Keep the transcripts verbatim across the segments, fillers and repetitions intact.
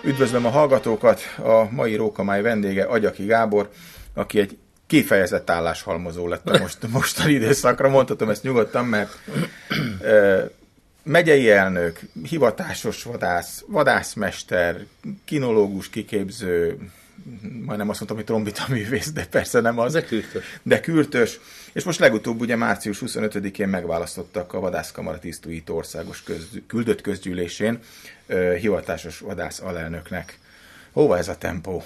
Üdvözlöm a hallgatókat, a mai Rókamály vendége Agyaki Gábor, aki egy kifejezett álláshalmozó lett a most, mostani időszakra, mondhatom ezt nyugodtan, mert e, megyei elnök, hivatásos vadász, vadászmester, kinológus, kiképző, majdnem azt mondtam, hogy trombitaművész, de persze nem az. De kürtös. De kürtös. És most legutóbb ugye március huszonötödikén megválasztottak a Vadászkamara tisztújító országos köz, küldött közgyűlésén uh, hivatásos vadász alelnöknek. Hova ez a tempó?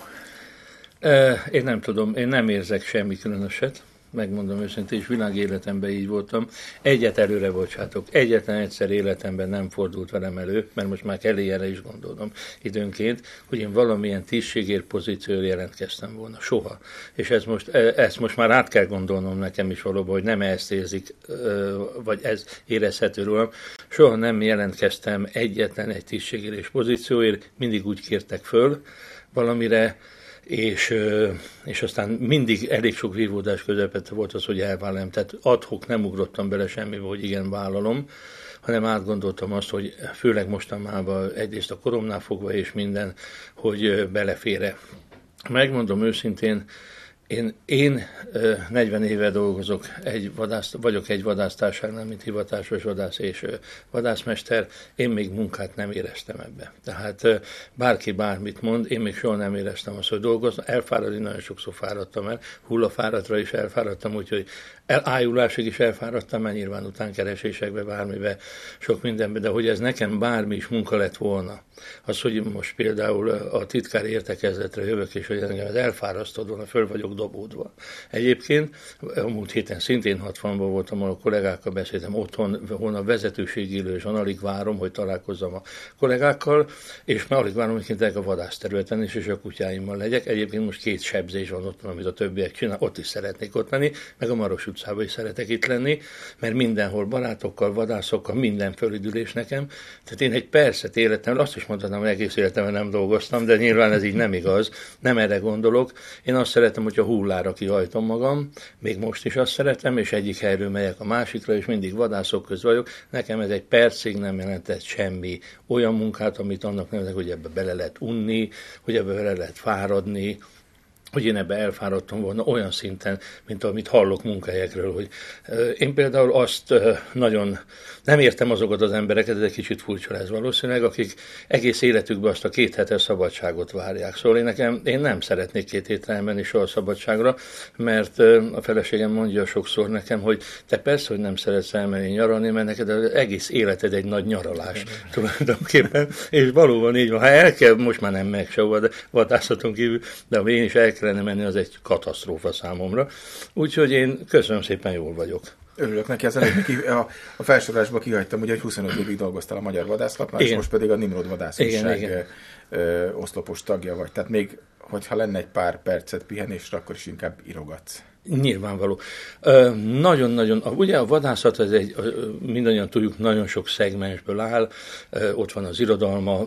Én nem tudom, én nem érzek semmi különöset, megmondom őszintén, és világéletemben így voltam. Egyet előre bocsátok, egyetlen egyszer életemben nem fordult velem elő, mert most már elé erre is gondolom időnként, hogy én valamilyen tisztségért, pozícióért jelentkeztem volna. Soha. És ez most, ezt most már át kell gondolnom nekem is valóban, hogy nem ezt érzik, vagy ez érezhető rólam. Soha nem jelentkeztem egyetlen egy tisztségért és pozícióért, mindig úgy kértek föl valamire, És, és aztán mindig elég sok vívódás közepette volt az, hogy elvállalom. Tehát ad-hoc nem ugrottam bele semmibe, hogy igen, vállalom, hanem átgondoltam azt, hogy főleg mostanában egyrészt a koromnál fogva és minden, hogy belefére. Megmondom őszintén, Én, én negyven éve dolgozok, egy vadász, vagyok egy vadásztárságnál, mint hivatásos vadász és vadászmester, én még munkát nem éreztem ebbe. Tehát bárki bármit mond, én még soha nem éreztem azt, hogy dolgozom, elfáradni nagyon sokszor fáradtam el, hullafáradtra is elfáradtam, úgyhogy elájulásig is elfáradtam, mert nyilván utánkeresésekbe, bármibe, sok mindenbe, de hogy ez nekem bármi is munka lett volna. Az, hogy most például a titkári értekezletre jövök, és hogy engem ez elfárasztod volna, föl vagyok dobódva. Egyébként a múlt héten szintén hatvanban voltam, ahol a kollégákkal beszéltem otthon, holnap vezetőségi ülés van, alig várom, hogy találkozzam a kollégákkal, és már alig várom, hogy a vadászterületen is, és a kutyáimmal legyek. Egyébként most két sebzés van ott, amit a többiek csinál, ott is szeretnék ott lenni, meg a Maros utcában is szeretek itt lenni, mert mindenhol barátokkal, vadászokkal, minden fölidülés nekem. Tehát én egy percet életem, azt is mondhatnám, hogy egész életemben nem dolgoztam, de nyilván ez így nem igaz, nem erre gondolok. Én azt szeretem, hogy a hullára kihajtom magam, még most is azt szeretem, és egyik helyről megyek a másikra, és mindig vadászok köz vagyok. Nekem ez egy percig nem jelentett semmi olyan munkát, amit annak nevezek, hogy ebbe bele lehet unni, hogy ebbe bele lehet fáradni, hogy én ebbe elfáradtam volna olyan szinten, mint amit hallok munkahelyekről, hogy én például azt nagyon nem értem azokat az embereket, ez egy kicsit furcsa lesz valószínűleg, akik egész életükben azt a két hetes szabadságot várják. Szóval én, nekem, én nem szeretnék két hétre elmenni soha szabadságra, mert a feleségem mondja sokszor nekem, hogy te persze, hogy nem szeretsz elmenni nyaralni, mert neked az egész életed egy nagy nyaralás tulajdonképpen, és valóban így van. Ha el kell, most már nem meg se vadászaton kívül, de ha én is el kellene menni, az egy katasztrófa számomra. Úgyhogy én köszönöm szépen, jól vagyok. Örülök neki, az előbb ki, a, a felsorolásban kihagytam, ugye, hogy huszonöt évig dolgoztál a Magyar Vadászlapnál, és most pedig a Nimrod Vadászosság oszlopos tagja vagy. Tehát még, hogyha lenne egy pár percet pihenésre, akkor is inkább írogatsz. Nyilvánvaló. Nagyon-nagyon, ugye a vadászat, ez egy, mindannyian tudjuk, nagyon sok szegmensből áll, ott van az irodalma,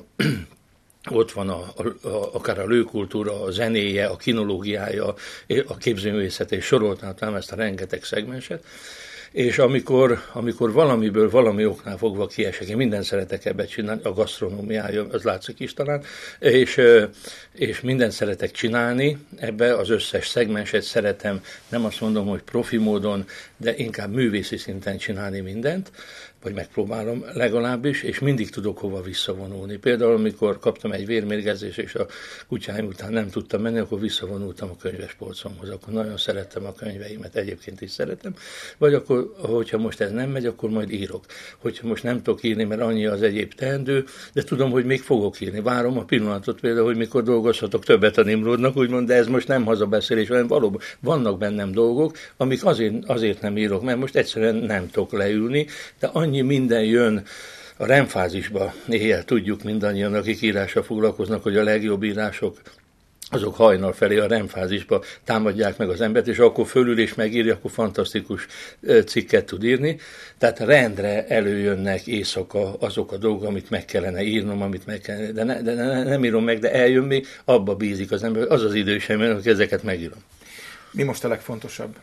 ott van a, a, a, akár a lőkultúra, a zenéje, a kinológiája, a képzőművészet, és soroltam ezt a rengeteg szegmenset. És amikor, amikor valamiből, valami oknál fogva kiesek, én mindent szeretek ebbe csinálni, a gasztronómiája, az látszik is talán, és, és mindent szeretek csinálni, ebbe az összes szegmenset szeretem, nem azt mondom, hogy profi módon, de inkább művészi szinten csinálni mindent, vagy megpróbálom legalábbis, és mindig tudok hova visszavonulni. Például, amikor kaptam egy vérmérgezést, és a kutyáim után nem tudtam menni, akkor visszavonultam a könyvespolcomhoz. Akkor nagyon szerettem a könyveimet, egyébként is szeretem. Vagy akkor, hogyha most ez nem megy, akkor majd írok. Hogyha most nem tudok írni, mert annyi az egyéb teendő, de tudom, hogy még fogok írni. Várom a pillanatot például, hogy mikor dolgozhatok többet a Nimrodnak, úgymond, de ez most nem hazabeszélés, hanem valóban vannak bennem dolgok, amik azért, azért nem írok, mert most egyszerűen nem tudok leülni, de annyi minden jön a remfázisba, éjjel tudjuk mindannyian, akik írással foglalkoznak, hogy a legjobb írások azok hajnal felé a remfázisba támadják meg az embert, és akkor fölül és megírja, akkor fantasztikus cikket tud írni. Tehát rendre előjönnek éjszaka azok a dolgok, amit meg kellene írnom, amit meg kellene, de, ne, de ne, nem írom meg, de eljön még, abba bízik az ember, az az idő sem, hogy ezeket megírom. Mi most a legfontosabb?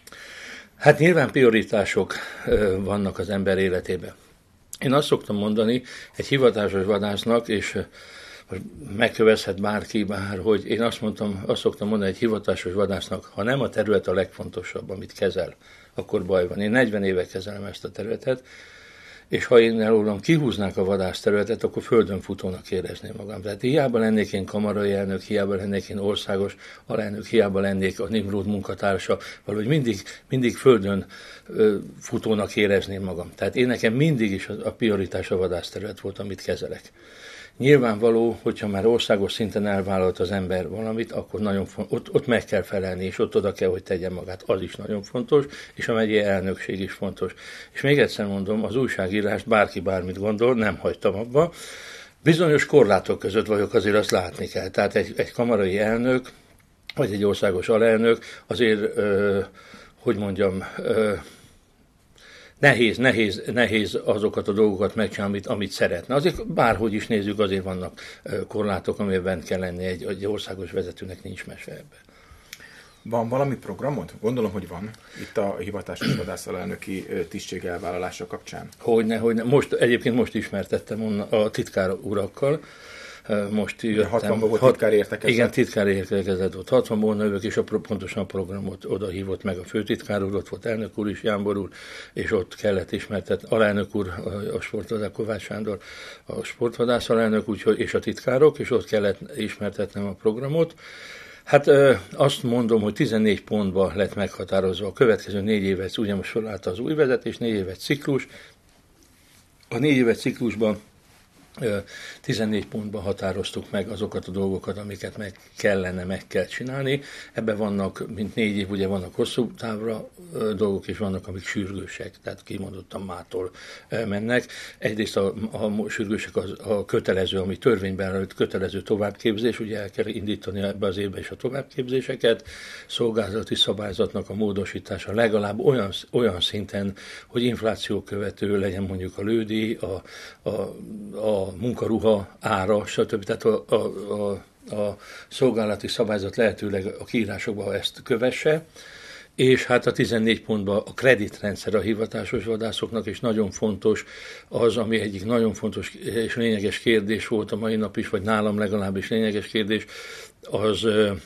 Hát nyilván prioritások vannak az ember életében. Én azt szoktam mondani egy hivatásos vadásznak, és megkövezhet bárki bár, hogy én azt mondtam, azt szoktam mondani egy hivatásos vadásznak, ha nem a terület a legfontosabb, amit kezel, akkor baj van. Én negyven éve kezelem ezt a területet, és ha én előlem kihúznák a vadászterületet, akkor földön futónak érezném magam. Tehát hiába lennék én kamarai elnök, hiába lennék én országos alelnök, hiába lennék a Nimród munkatársa, valahogy mindig, mindig földön ö, futónak érezném magam. Tehát én nekem mindig is a, a prioritás a vadászterület volt, amit kezelek. Nyilvánvaló, hogyha már országos szinten elvállalt az ember valamit, akkor nagyon font, ott, ott meg kell felelni, és ott oda kell, hogy tegyen magát. Az is nagyon fontos, és a megyei elnökség is fontos. És még egyszer mondom, az újságírást bárki bármit gondol, nem hagytam abba. Bizonyos korlátok között vagyok, azért azt látni kell. Tehát egy, egy kamarai elnök, vagy egy országos alelnök azért, ö, hogy mondjam, ö, Nehéz, nehéz, nehéz azokat a dolgokat megcsinálni, amit, amit szeretne. Azért bárhogy is nézzük, azért vannak korlátok, amiben kell lenni egy, egy országos vezetőnek, nincs mese ebbe. Van valami programod? Gondolom, hogy van itt a hivatásos vadászalelnöki tisztség elvállalása kapcsán. Hogyne, hogyne. Most, egyébként most ismertettem a titkár urakkal. Most jöttem. hatvanban volt titkár értekezett. Igen, titkár értekezett ott. hatvanban jövök, és a, pontosan a programot oda hívott meg a főtitkár úr, ott volt elnök úr is, Jánbor úr, és ott kellett ismertetni, alelnök úr, a sportvadász, Kovács Sándor, a sportvadász alelnök, úgyhogy, és a titkárok, és ott kellett ismertetnem a programot. Hát azt mondom, hogy tizennégy pontban lett meghatározva a következő négy évet, ugye most felállta az új vezetés, négy évet ciklus. A négy évet ciklusban tizennégy pontban határoztuk meg azokat a dolgokat, amiket meg kellene, meg kell csinálni. Ebben vannak, mint négy év, ugye vannak hosszú távra dolgok, és vannak, amik sürgősek, tehát kimondottan mától mennek. Egyrészt a, a sürgősek az, a kötelező, ami törvényben előtt kötelező továbbképzés, ugye el kell indítani ebbe az évbe is a továbbképzéseket, szolgálati szabályzatnak a módosítása legalább olyan, olyan szinten, hogy infláció követő legyen mondjuk a lődíj, a, a, a a munkaruha ára, stb. Tehát a, a, a, a szolgálati szabályzat lehetőleg a kiírásokban ezt kövesse, és hát a tizennégy pontban a kreditrendszer a hivatásos vadászoknak, és nagyon fontos az, ami egyik nagyon fontos és lényeges kérdés volt a mai nap is, vagy nálam legalábbis lényeges kérdés, az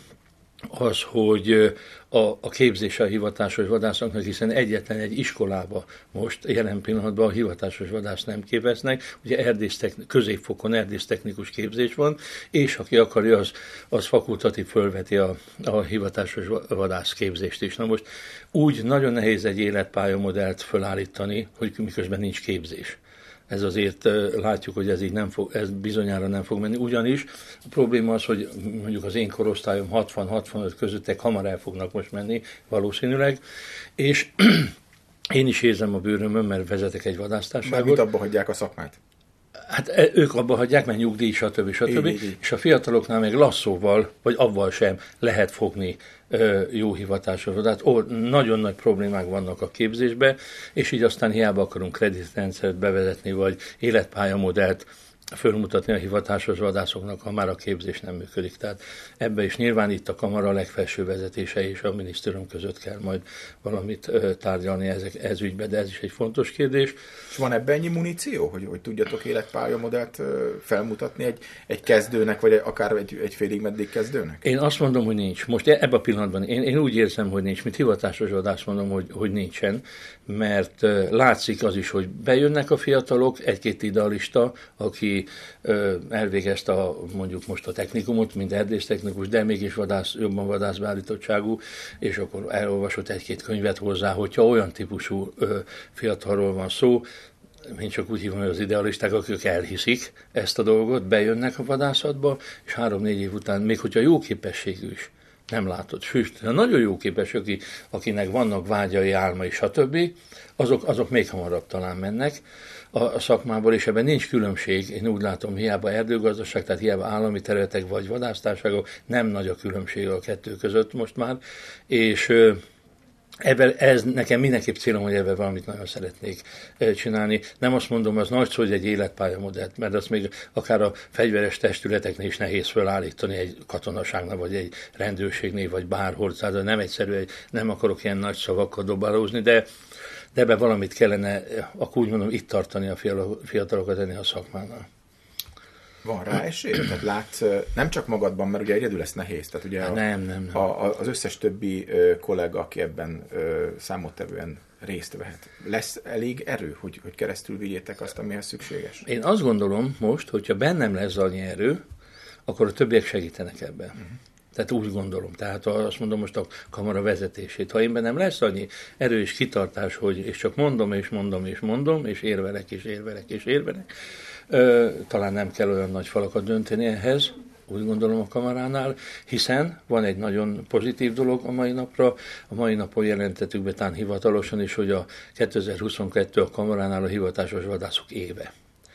az, hogy a, a képzése a hivatásos vadászoknak, hiszen egyetlen egy iskolába most jelen pillanatban a hivatásos vadász nem képeznek, ugye erdésztechni, középfokon erdésztechnikus képzés van, és aki akarja, az, az fakultatív fölveti a, a hivatásos vadász képzést is. Na most úgy nagyon nehéz egy életpályamodellt fölállítani, hogy miközben nincs képzés. Ez azért látjuk, hogy ez így nem fog, ez bizonyára nem fog menni. Ugyanis a probléma az, hogy mondjuk az én korosztályom hatvan-hatvanöt közöttek hamar el fognak most menni valószínűleg, és én is érzem a bőrömön, mert vezetek egy vadásztárságot. Mármint abba hagyják a szakmát? Hát ők abba hagyják, mert nyugdíj, stb. stb. Így, így. És a fiataloknál még lasszóval, vagy avval sem lehet fogni ö, jó hivatásos vadászt. Ó, nagyon nagy problémák vannak a képzésben, és így aztán hiába akarunk kreditrendszert bevezetni, vagy életpályamodellt fölmutatni a hivatásos vadászoknak, ha már a képzés nem működik. Tehát ebbe is nyilván itt a kamara legfelső vezetése és a minisztérium között kell majd valamit ö, tárgyalni ezek, ez ügybe, de ez is egy fontos kérdés. És van ebben ennyi muníció, hogy, hogy tudjatok életpályamodellt felmutatni egy, egy kezdőnek, vagy akár egy, egy félig meddig kezdőnek? Én azt mondom, hogy nincs. Most ebben a pillanatban én, én úgy érzem, hogy nincs. Mint hivatásos vadász mondom, hogy, hogy nincsen, mert uh, látszik az is, hogy bejönnek a fiatalok, egy-két idealista, aki uh, elvégezte a, mondjuk most a technikumot, mint erdésztechnikus, de mégis vadász, jobban vadászbeállítottságú, és akkor elolvasott egy-két könyvet hozzá, hogyha olyan típusú uh, fiatalról van szó, én csak úgy hívom, hogy az idealisták, akik elhiszik ezt a dolgot, bejönnek a vadászatba, és három-négy év után, még hogyha jó képességű is, nem látod, füst, nagyon jó képes, aki, akinek vannak vágyai, álmai, stb., azok, azok még hamarabb talán mennek a, a szakmából, és ebben nincs különbség, én úgy látom, hiába erdőgazdaság, tehát hiába állami területek vagy vadásztárságok, nem nagy a különbség a kettő között most már, és ebben ez nekem mindenképp célom, hogy ebben valamit nagyon szeretnék csinálni. Nem azt mondom, az nagy szó, hogy egy életpályamodellt, mert azt még akár a fegyveres testületeknél is nehéz felállítani egy katonaságnál, vagy egy rendőrségnél, vagy bárhol. Tehát nem egyszerű, nem akarok ilyen nagy szavakkal dobálózni, de, de ebben valamit kellene, akkor úgy mondom, itt tartani a fiatalokat ennél a szakmánál. Van rá esély? Tehát látsz, nem csak magadban, mert ugye egyedül lesz nehéz. Tehát ugye a, nem, nem, nem. A, az összes többi ö, kollega, aki ebben ö, számottevően részt vehet. Lesz elég erő, hogy, hogy keresztül vigyétek azt, amihez szükséges? Én azt gondolom most, hogyha bennem lesz annyi erő, akkor a többiek segítenek ebben. Uh-huh. Tehát úgy gondolom. Tehát azt mondom most a kamara vezetését. Ha én bennem lesz annyi erő és kitartás, hogy és csak mondom, és mondom, és mondom, és érvelek, és érvelek, és érvelek, ö, talán nem kell olyan nagy falakat dönteni ehhez, úgy gondolom a kamaránál, hiszen van egy nagyon pozitív dolog a mai napra. A mai napon jelentettük be tán hivatalosan is, hogy a kétezer-huszonkettő a kamaránál a hivatásos vadászok éve.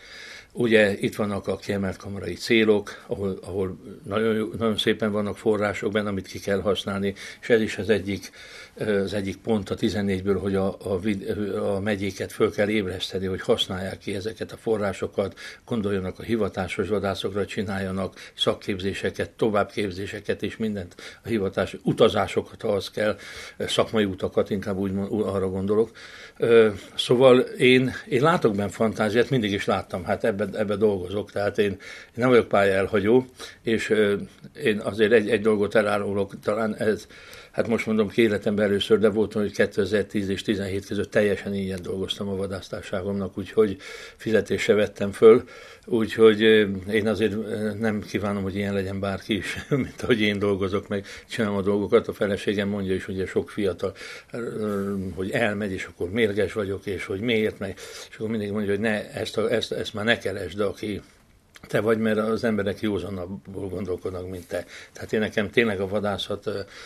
Ugye itt vannak a kiemelt kamarai célok, ahol, ahol nagyon, nagyon szépen vannak források benne, amit ki kell használni, és ez is az egyik, az egyik pont a tizennégyből, hogy a, a, a megyéket föl kell ébreszteni, hogy használják ki ezeket a forrásokat, gondoljanak a hivatásos vadászokra, csináljanak szakképzéseket, továbbképzéseket és mindent, a hivatás utazásokat, ha az kell, szakmai utakat, inkább úgy arra gondolok. Szóval én, én látok benne fantáziát, mindig is láttam, hát ebben ebbe dolgozok, tehát én, én nem vagyok pályaelhagyó, és ö, én azért egy, egy dolgot elárulok, talán ez, hát most mondom ki életemben először, de volt, hogy kétezer-tíz és tizenhét között teljesen ingyen dolgoztam a vadásztárságomnak, úgyhogy fizetésre vettem föl, úgyhogy ö, én azért nem kívánom, hogy ilyen legyen bárki is, mint ahogy én dolgozok, meg csinálom a dolgokat. A feleségem mondja is, ugye sok fiatal, ö, hogy elmegy, és akkor mérges vagyok, és hogy miért, meg, és akkor mindig mondja, hogy ne, ezt, a, ezt, ezt már ne keresd, de aki te vagy, mert az emberek józanabbul gondolkodnak, mint te. Tehát én nekem tényleg a vadászat,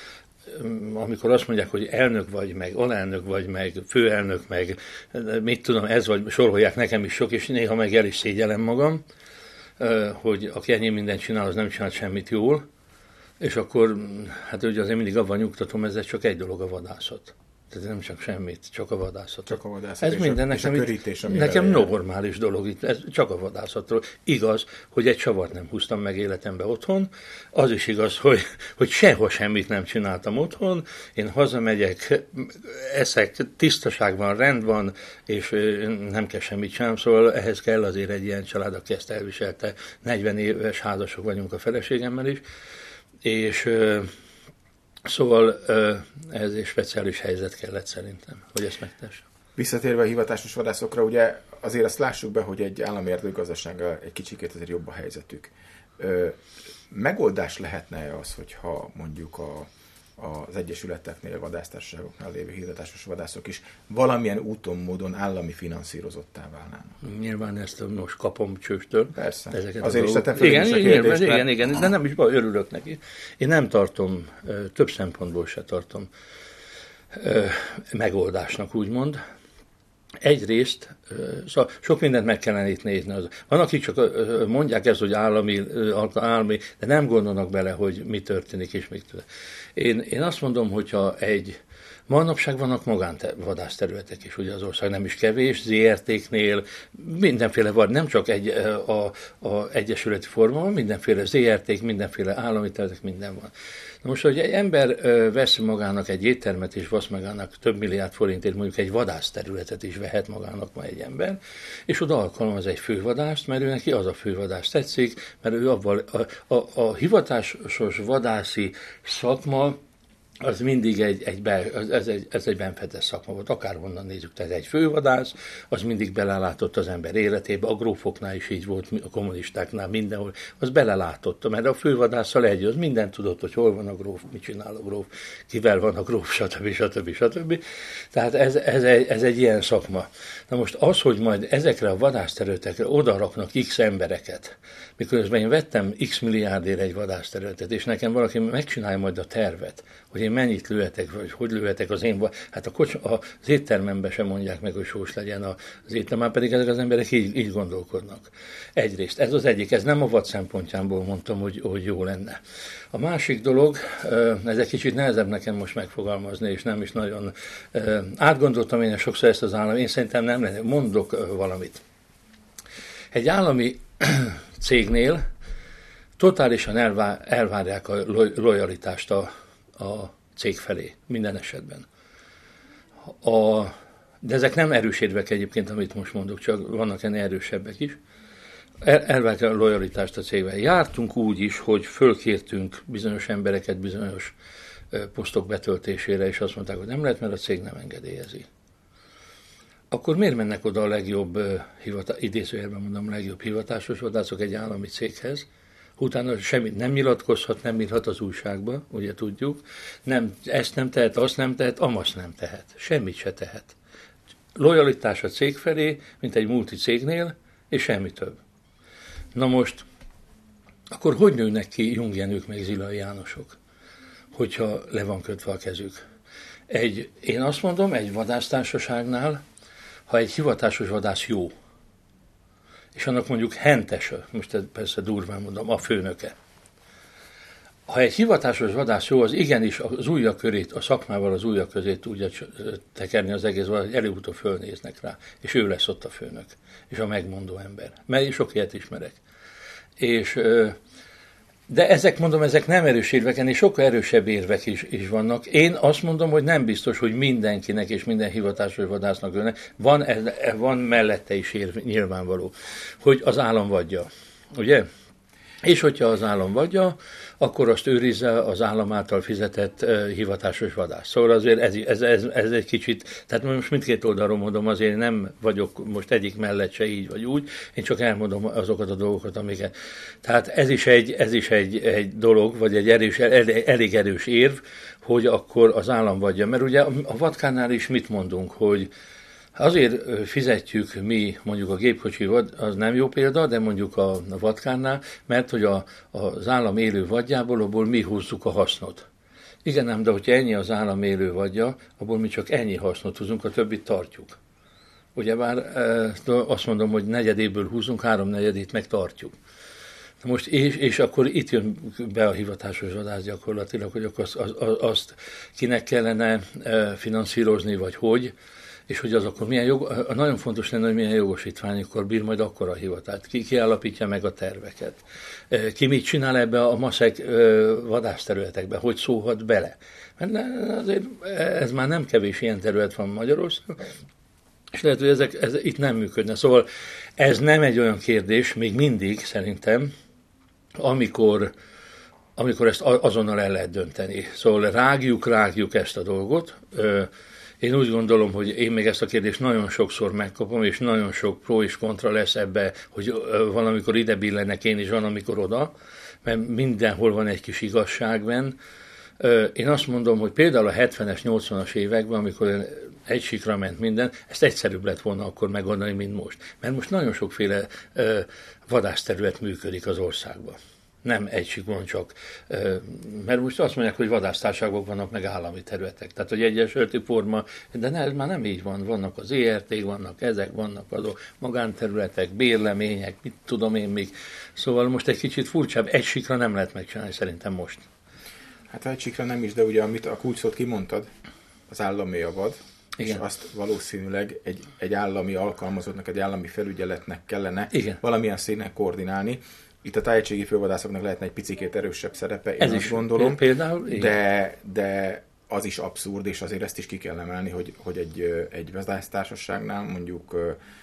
amikor azt mondják, hogy elnök vagy, meg alelnök vagy, meg főelnök, meg mit tudom, ez vagy, sorolják nekem is sok, és néha meg el is szégyellem magam, hogy aki ennyi mindent csinál, az nem csinált semmit jól, és akkor, hát ugye azért mindig avval nyugtatom, ez csak egy dolog a vadászat. Tehát nem csak semmit, csak a vadászat. Csak a vadászat. Ez minden a, nekem, a körítés, nekem normális dolog itt, ez csak a vadászatról. Igaz, hogy egy savart nem húztam meg életembe otthon, az is igaz, hogy, hogy sehol semmit nem csináltam otthon, én hazamegyek, eszek, tisztaság van, rend van, és nem kell semmit csinálnom, szóval ehhez kell azért egy ilyen család, aki ezt elviselte. negyven éves házasok vagyunk a feleségemmel is, és szóval ez egy speciális helyzet kellett szerintem, hogy ezt megtessem. Visszatérve a hivatásos vadászokra, ugye azért azt lássuk be, hogy egy állami erdőgazdasággal egy kicsikét azért jobb a helyzetük. Ö, megoldás lehetne az, hogyha mondjuk a, az egyesületeknél, vadásztársaságoknál lévő hivatásos vadászok is valamilyen úton, módon állami finanszírozottá válnának? Nyilván ezt most kapom csőstől. Persze. Ezeket Azért is tettem föl igen, a igen, kérdést, igen, mert... igen, de nem is baj, örülök neki. Én nem tartom, több szempontból se tartom megoldásnak, úgymond. Egyrészt, szóval sok mindent meg kellene itt nézni. Van, akik csak mondják ezt, hogy állami, állami, de nem gondolnak bele, hogy mi történik és mit történik. Én, én azt mondom, hogyha egy manapság vannak magánvadászterületek is, ugye az ország nem is kevés, zé er té-knél mindenféle van, nem csak egy, a, a egyesületi forma van, mindenféle zé er té-k, mindenféle állami területek, minden van. Na most, hogy egy ember vesz magának egy éttermet, és vesz magának több milliárd forintért, mondjuk egy vadászterületet is vehet magának ma egy ember, és oda alkalmaz egy fővadászt, mert ő neki az a fővadász tetszik, mert ő abban a, a, a hivatásos vadászi szakma, az mindig egy, egy, be, ez egy, ez egy benfedes szakma volt, akárhonnan nézzük, tehát egy fővadász, az mindig belelátott az ember életébe, a grófoknál is így volt, a kommunistáknál, mindenhol, az belelátott, mert a fővadásszal egy, az mindent tudott, hogy hol van a gróf, mit csinál a gróf, kivel van a gróf, stb. stb. stb. Tehát ez, ez, egy, ez egy ilyen szakma. Na most az, hogy majd ezekre a vadászterületekre odaraknak x embereket, miközben én vettem x milliárdért egy vadászterületet, és nekem valaki megcsinálja majd a tervet, hogy én mennyit lőhetek, vagy hogy lőhetek az én, hát a kocs, az éttermemben sem mondják meg, hogy sós legyen az étterem, már pedig ezek az emberek így, így gondolkodnak. Egyrészt, ez az egyik, ez nem a vad szempontjából mondtam, hogy, hogy jó lenne. A másik dolog, ez egy kicsit nehezebb nekem most megfogalmazni, és nem is nagyon átgondoltam én sokszor ezt az állam, én szerintem nem lenne, mondok valamit. Egy állami cégnél totálisan elvá, elvárják a lojalitást a, a cég felé, minden esetben. A, de ezek nem erős érvek egyébként, amit most mondok, csak vannak ennél erősebbek is. El, elváltja a lojalitást a cégvel. Jártunk úgy is, hogy fölkértünk bizonyos embereket bizonyos posztok betöltésére, és azt mondták, hogy nem lehet, mert a cég nem engedélyezi. Akkor miért mennek oda a legjobb, hivatá- idézőjelben mondom, legjobb hivatásos vadászok egy állami céghez? Utána semmit nem nyilatkozhat, nem írhat az újságba, ugye tudjuk. Nem, ezt nem tehet, azt nem tehet, amazt nem tehet. Semmit se tehet. Lojalitás a cég felé, mint egy multi cégnél, és semmi több. Na most, akkor hogy nőnek ki Jungjenők meg Zilai Jánosok, hogyha le van kötve a kezük? Egy, én azt mondom, egy vadásztársaságnál, ha egy hivatásos vadász jó, és annak mondjuk hentes, most persze durván mondom, a főnöke. Ha egy hivatásos vadász jó, az igenis az ujjak körét, a szakmával az ujjak közé tudja tekerni az egész, vagy előbb-utóbb fölnéznek rá, és ő lesz ott a főnök, és a megmondó ember. Mert sok ilyet ismerek. És, de ezek, mondom, ezek nem erős érvek, ennél sokkal erősebb érvek is, is vannak. Én azt mondom, hogy nem biztos, hogy mindenkinek és minden hivatásos vadásznak önne. Van, van mellette is érv, nyilvánvaló, hogy az állam vadja, ugye? És hogyha az állam vadja, akkor azt őrizze az állam által fizetett uh, hivatásos vadász. Szóval azért ez, ez, ez, ez egy kicsit, tehát most mindkét oldalról mondom, azért nem vagyok most egyik mellett se így vagy úgy, én csak elmondom azokat a dolgokat, amiket. Tehát ez is egy, ez is egy, egy dolog, vagy egy erős, elég, elég erős érv, hogy akkor az állam vadja. Mert ugye a Vatkánál is mit mondunk, hogy azért fizetjük mi, mondjuk a gépkocsi, az nem jó példa, de mondjuk a, a Vatkánnál, mert hogy a, az állam élő vadjából, abból mi húzzuk a hasznot. Igen, ám, de hogyha ennyi az állam élő vadja, abból mi csak ennyi hasznot húzunk, a többit tartjuk. Ugyebár azt mondom, hogy negyedéből húzunk, háromnegyedét meg tartjuk. Most, és, és akkor itt jön be a hivatásos vadász gyakorlatilag, hogy akkor azt, azt, azt kinek kellene finanszírozni, vagy hogy, és hogy az akkor milyen jog, nagyon fontos lenne, hogy milyen jogosítványokkal bír majd akkor a hivatát. Ki, ki állapítja meg a terveket. Ki mit csinál ebbe a maszek vadászterületekbe, hogy szólhat bele. Mert azért ez már nem kevés ilyen terület van Magyarországon, és lehet, hogy ezek, ez itt nem működne. Szóval ez nem egy olyan kérdés, még mindig szerintem, amikor, amikor ezt azonnal el lehet dönteni. Szóval rágjuk, rágjuk ezt a dolgot. Én úgy gondolom, hogy én még ezt a kérdést nagyon sokszor megkapom, és nagyon sok pro és kontra lesz ebbe, hogy van, amikor ide billenek én, és van, amikor oda, mert mindenhol van egy kis igazság benn. Én azt mondom, hogy például a hetvenes, nyolcvanas években, amikor egy sikra ment minden, ezt egyszerűbb lett volna akkor megoldani, mint most. Mert most nagyon sokféle vadászterület működik az országban. Nem egy sikron csak, mert most azt mondják, hogy vadásztársaságok vannak, meg állami területek. Tehát, hogy egyesületi forma, de ne, ez már nem így van. Vannak az é er té-k, vannak ezek, vannak azok magánterületek, bérlemények, mit tudom én még. Szóval most egy kicsit furcsább, egy sikra nem lehet megcsinálni szerintem most. Hát egy sikra nem is, de ugye amit a kulcsszót kimondtad, az állami a vad, igen. És azt valószínűleg egy, egy állami alkalmazottnak, egy állami felügyeletnek kellene igen. valamilyen színen koordinálni. Itt a tájegységi fővadászoknak lehetne egy picikét erősebb szerepe, én Ez azt is gondolom, például, de, de az is abszurd, és azért ezt is ki kell emelni, hogy, hogy egy, egy vadásztársaságnál mondjuk,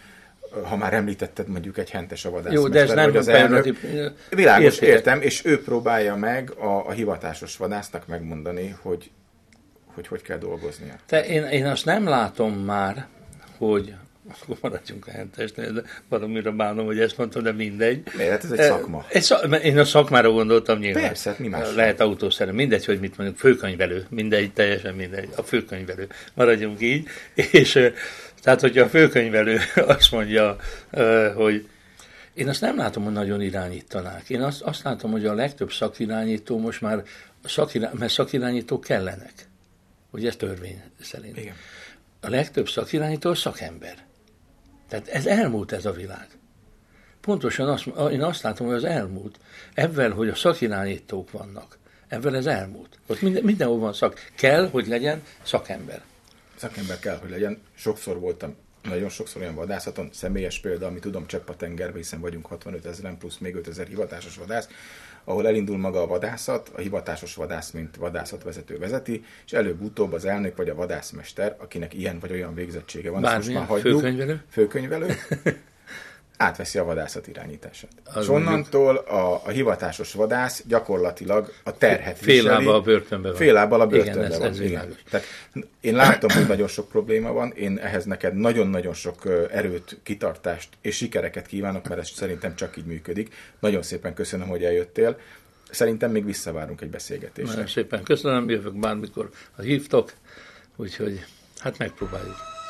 ha már említetted, mondjuk egy hentes a vadászmester, Jó, de ez nem vagy az elnök. Világos, értem, és ő próbálja meg a, a hivatásos vadásznak megmondani, hogy hogy, hogy kell dolgoznia. Te, én, én azt nem látom már, hogy akkor maradjunk a hentesnél, de valamire bánom, hogy ezt mondtam, de mindegy. Miért? Ez egy szakma. Egy szak, én a szakmára gondoltam nyilván. Persze, mi más? Lehet autószerelő, mindegy, hogy mit mondjuk, főkönyvelő, mindegy, teljesen mindegy, a főkönyvelő. Maradjunk így. És tehát, hogyha a főkönyvelő azt mondja, hogy én azt nem látom, hogy nagyon irányítanák. Én azt, azt látom, hogy a legtöbb szakirányító most már, szakirá, mert szakirányítók kellenek. Ugye ez törvény szerint. Igen. A legtöbb szakirányító szakember. Tehát ez elmúlt ez a világ. Pontosan azt, én azt látom, hogy az elmúlt. Ebben, hogy a szakirányítók vannak, ebben ez elmúlt. Ott minden, mindenhol van szak. Kell, hogy legyen szakember. Szakember kell, hogy legyen. Sokszor voltam, nagyon sokszor olyan vadászaton, személyes példa, ami tudom, Csepp-a-tengerben, hiszen vagyunk hatvanöt ezeren plusz még ötezer hivatásos vadász, ahol elindul maga a vadászat, a hivatásos vadász, mint vadászatvezető vezeti, és előbb-utóbb az elnök vagy a vadászmester, akinek ilyen vagy olyan végzettsége van, Bármilyen, most már hagyjuk. Főkönyvelő? Főkönyvelő. átveszi a vadászat irányítását. Az és onnantól a, a hivatásos vadász gyakorlatilag a terhet fél viseli. lábbal a börtönbe van. Fél lábbal a börtönbe igen, ez, van. ez Igen. Tehát én látom, hogy nagyon sok probléma van, én ehhez neked nagyon-nagyon sok erőt, kitartást és sikereket kívánok, mert ez szerintem csak így működik. Nagyon szépen köszönöm, hogy eljöttél. Szerintem még visszavárunk egy beszélgetésre. Nagyon szépen köszönöm, jövök bármikor, ha hívtok, úgyhogy hát megpróbáljuk.